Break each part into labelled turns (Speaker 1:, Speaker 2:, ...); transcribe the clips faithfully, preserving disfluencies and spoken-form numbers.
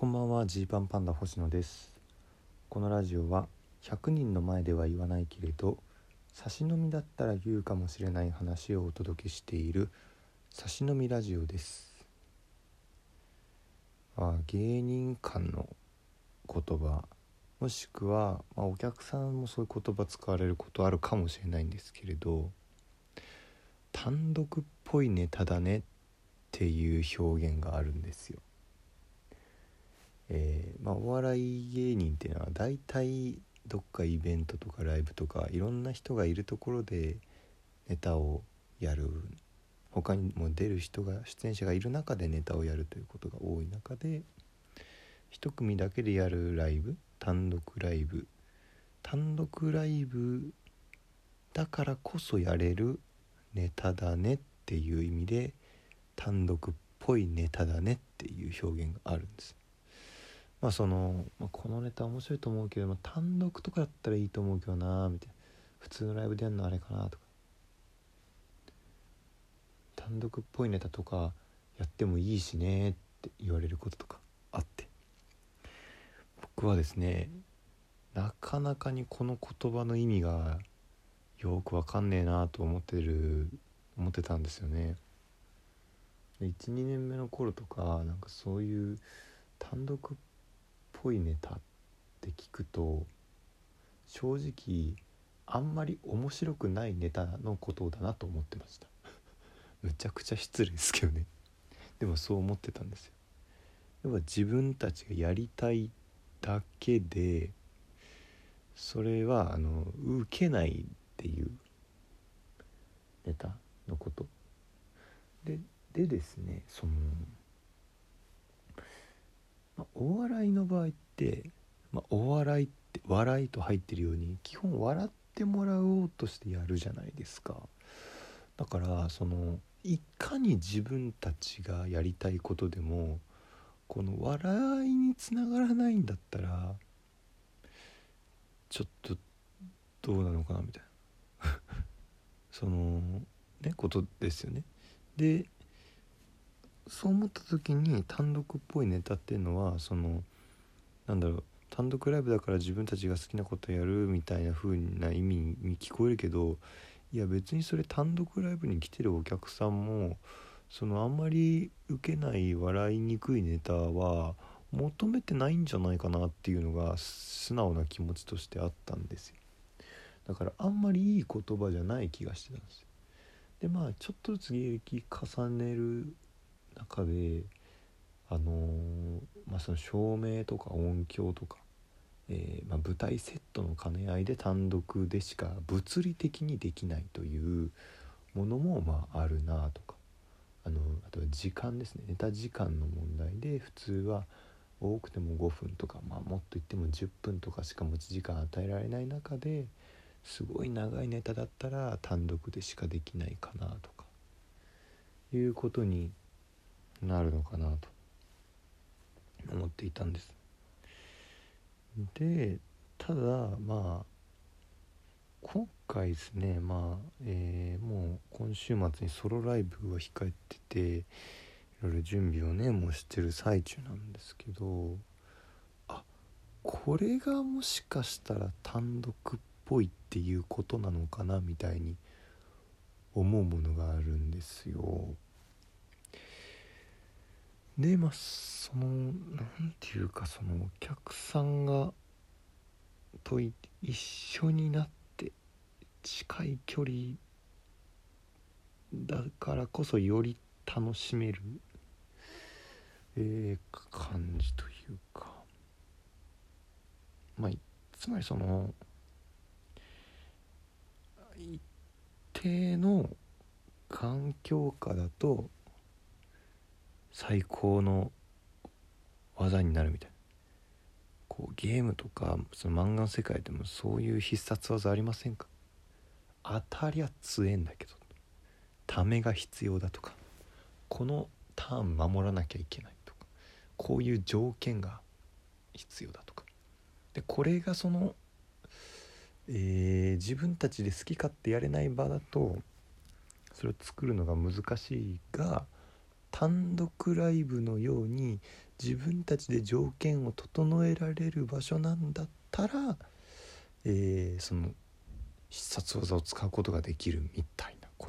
Speaker 1: こんばんは。ジーパンパンダ星野です。このラジオはひゃくにんの前では言わないけれど差し飲みだったら言うかもしれない話をお届けしている差し飲みラジオです。あ芸人間の言葉もしくは、まあ、お客さんもそういう言葉使われることあるかもしれないんですけれど、単独っぽいネタだねっていう表現があるんですよ。えーまあ、お笑い芸人っていうのは大体どっかイベントとかライブとかいろんな人がいるところでネタをやる、他にも出る人が出演者がいる中でネタをやるということが多い中で、一組だけでやるライブ、単独ライブ単独ライブだからこそやれるネタだねっていう意味で、単独っぽいネタだねっていう表現があるんです。まあその、まあ、このネタ面白いと思うけど、まあ、単独とかだったらいいと思うけどなみたいな、普通のライブでやるのあれかなとか、単独っぽいネタとかやってもいいしねって言われることとかあって、僕はですね、なかなかにこの言葉の意味がよくわかんねえなと思ってる思ってたんですよね。いち、にねんめの頃とか、なんかそういう単独っぽいネタって聞くと、正直あんまり面白くないネタのことだなと思ってました。むちゃくちゃ失礼ですけどね。でもそう思ってたんですよ。要は自分たちがやりたいだけで、それはあの受けないっていうネタのことででですね、その、まあ、お笑いの場合って、まあ、お笑いって笑いと入ってるように基本笑ってもらおうとしてやるじゃないですか。だからそのいかに自分たちがやりたいことでもこの笑いにつながらないんだったらちょっとどうなのかなみたいなそのねことですよね。でそう思った時に、単独っぽいネタっていうのはそのなんだろう、単独ライブだから自分たちが好きなことやるみたいな風な意味に聞こえるけど、いや別にそれ単独ライブに来てるお客さんもそのあんまり受けない笑いにくいネタは求めてないんじゃないかなっていうのが素直な気持ちとしてあったんですよ。だからあんまりいい言葉じゃない気がしてたんですよ。でまあちょっとずつ芸歴重ねる中であのー、まあその照明とか音響とか、えーまあ、舞台セットの兼ね合いで単独でしか物理的にできないというものもまああるなとか、あのあとは時間ですね。ネタ時間の問題で普通は多くてもごふんとか、まあ、もっと言ってもじゅっぷんとかしか持ち時間与えられない中で、すごい長いネタだったら単独でしかできないかなとかいうことになるのかなと思っていたんです。でただまあ今回ですね、まあ、えー、もう今週末にソロライブが控えてて、いろいろ準備をねもうしてる最中なんですけど、あこれがもしかしたら単独っぽいっていうことなのかなみたいに思うものがあるんですよ。でまあそのなんていうか、そのお客さんがと一緒になって近い距離だからこそより楽しめる、えー、感じというか、まあつまりその一定の環境下だと最高の技になるみたいな、こうゲームとかその漫画の世界でもそういう必殺技ありませんか。当たりゃ強えんだけどためが必要だとか、このターン守らなきゃいけないとか、こういう条件が必要だとかで、これがその、えー、自分たちで好き勝手やれない場だとそれを作るのが難しいが、単独ライブのように自分たちで条件を整えられる場所なんだったら、えー、その必殺技を使うことができるみたいなこと、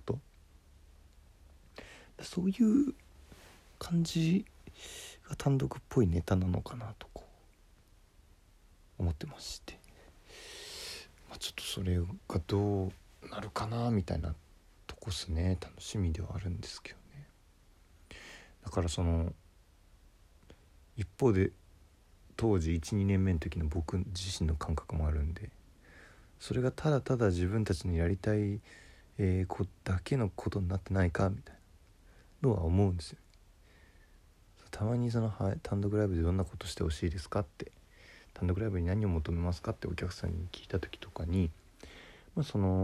Speaker 1: そういう感じが単独っぽいネタなのかなとこう思ってまして、まあ、ちょっとそれがどうなるかなみたいなとこっすね。楽しみではあるんですけどね。だからその一方で当時 いち,に 年目の時の僕自身の感覚もあるんで、それがただただ自分たちのやりたい、えー、子だけのことになってないかみたいなのは思うんですよ。たまにその、はい、単独ライブでどんなことしてほしいですかって、単独ライブに何を求めますかってお客さんに聞いた時とかに、まあ、その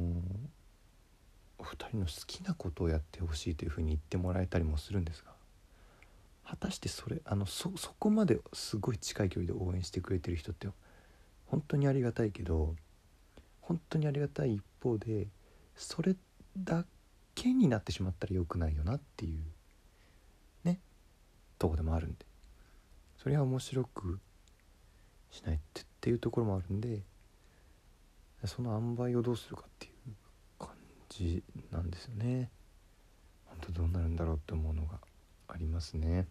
Speaker 1: お二人の好きなことをやってほしいというふうに言ってもらえたりもするんですが、果たしてそれあの そ, そこまですごい近い距離で応援してくれてる人って本当にありがたいけど、本当にありがたい一方でそれだけになってしまったら良くないよなっていうねとこでもあるんで、それは面白くしないってっていうところもあるんで、その塩梅をどうするかっていう感じなんですよね。本当どうなるんだろうって思うのがありますね。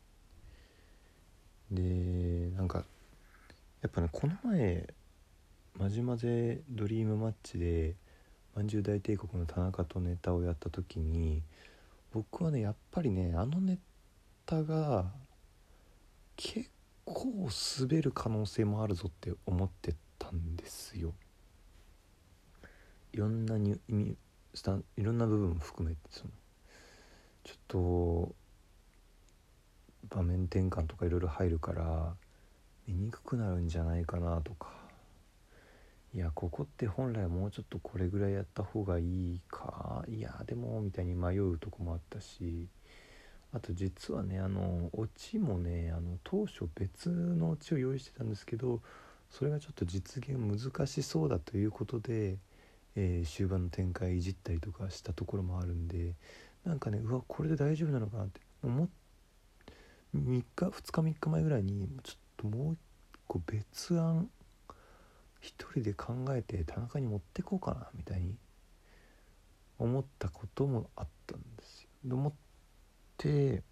Speaker 1: でなんかやっぱね、この前まじまぜドリームマッチでまんじゅう大帝国の田中とネタをやった時に、僕はねやっぱりねあのネタが結構滑る可能性もあるぞって思ってたんですよ。いろんなに意味スタンいろんな部分も含めて、そのちょっと場面転換とかいろいろ入るから見にくくなるんじゃないかなとか、いやここって本来もうちょっとこれぐらいやった方がいいか、いやでもみたいに迷うとこもあったし、あと実はねあのオチもね、あの当初別のオチを用意してたんですけど、それがちょっと実現難しそうだということで、えー、終盤の展開いじったりとかしたところもあるんで、なんかねうわこれで大丈夫なのかなって思っみっかふつかみっかまえぐらいにちょっともう一個別案一人で考えて田中に持ってこうかなみたいに思ったこともあったんですよ。で思って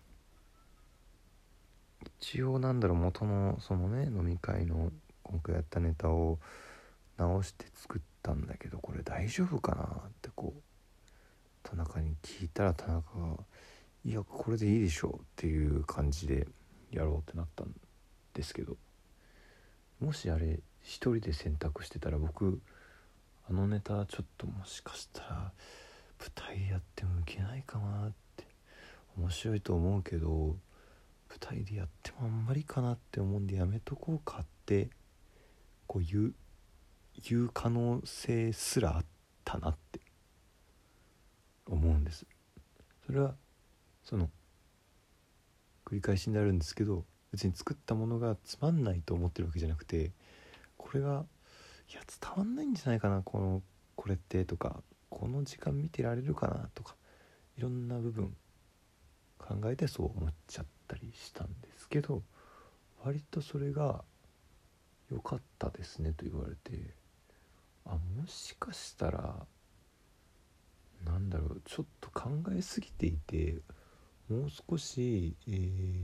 Speaker 1: 一応なんだろう元のそのね飲み会の今回やったネタを直して作ったんだけど、これ大丈夫かなってこう田中に聞いたら、田中がいやこれでいいでしょうっていう感じでやろうってなったんですけど、もしあれ一人で選択してたら僕あのネタちょっともしかしたら舞台やってもいけないかなって、面白いと思うけど舞台でやってもあんまりかなって思うんでやめとこうかってこう言う言う可能性すらあったなって思うんです。それはその繰り返しになるんですけど、別に作ったものがつまんないと思ってるわけじゃなくて、これがいや伝わんないんじゃないかなこのこれってとか、この時間見てられるかなとか、いろんな部分考えてそう思っちゃったりしたんですけど、割とそれが良かったですねと言われて、あもしかしたらなんだろうちょっと考えすぎていて、もう少し、えー、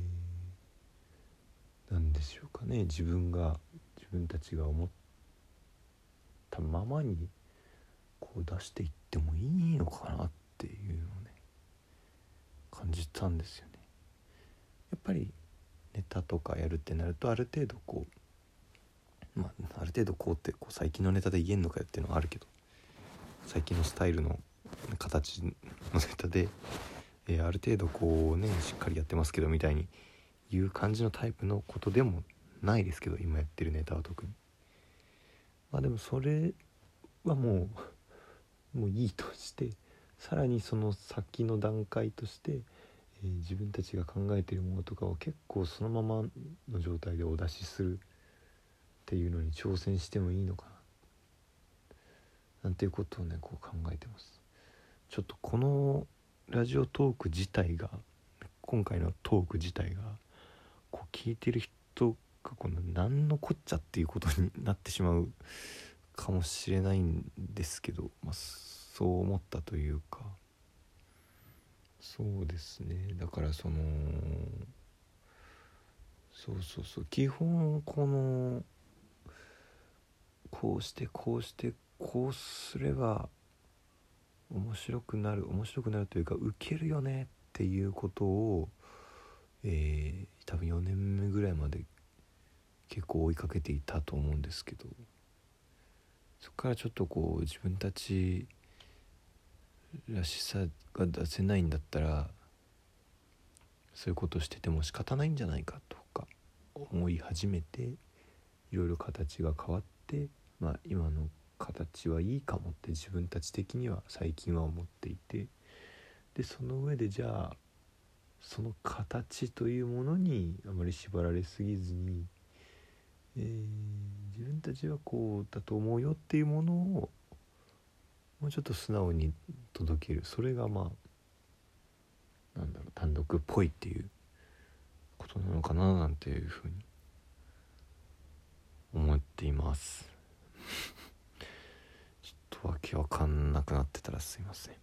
Speaker 1: なんでしょうかね、自分が自分たちが思ったままにこう出していってもいいのかなっていうのをね感じたんですよね。やっぱりネタとかやるってなるとある程度こうまあある程度こうってこう最近のネタで言えんのかよっていうのはあるけど、最近のスタイルの形のネタで、えー、ある程度こうねしっかりやってますけどみたいにいう感じのタイプのことでもないですけど、今やってるネタは特にまあでもそれはもうもういいとして、さらにその先の段階として、えー、自分たちが考えているものとかを結構そのままの状態でお出しするっていうのに挑戦してもいいのかななんていうことをねこう考えてます。ちょっとこのラジオトーク自体が今回のトーク自体がこう聞いてる人がこの何のこっちゃっていうことになってしまうかもしれないんですけど、まあ、そう思ったというか、そうですね。だからそのそうそうそう基本このこうしてこうしてこうすれば面白くなる面白くなるというかウケるよねっていうことを、えー、多分よねんめぐらいまで結構追いかけていたと思うんですけど、そこからちょっとこう自分たちらしさが出せないんだったらそういうことしてても仕方ないんじゃないかとか思い始めて、いろいろ形が変わって、まあ今の形はいいかもって自分たち的には最近は思っていて、でその上でじゃあその形というものにあまり縛られすぎずに、えー、自分たちはこうだと思うよっていうものをもうちょっと素直に届ける、それがまあなんだろう単独っぽいっていうことなのかななんていうふうに思っていますちょっとわけわかんなくなってたらすいません。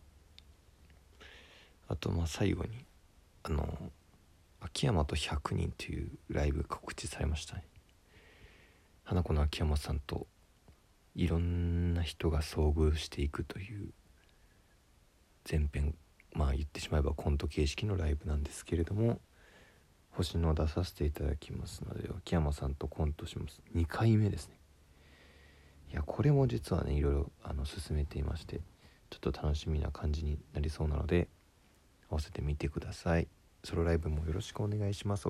Speaker 1: あとまあ最後にあの秋山とひゃくにんというライブ告知されましたね。花子の秋山さんといろんな人が遭遇していくという前編、まあ言ってしまえばコント形式のライブなんですけれども、星野を出させていただきますので秋山さんとコントします。にかいめですね。いやこれも実はねいろいろあの進めていまして、ちょっと楽しみな感じになりそうなので合わせてみてください。ソロライブもよろしくお願いします。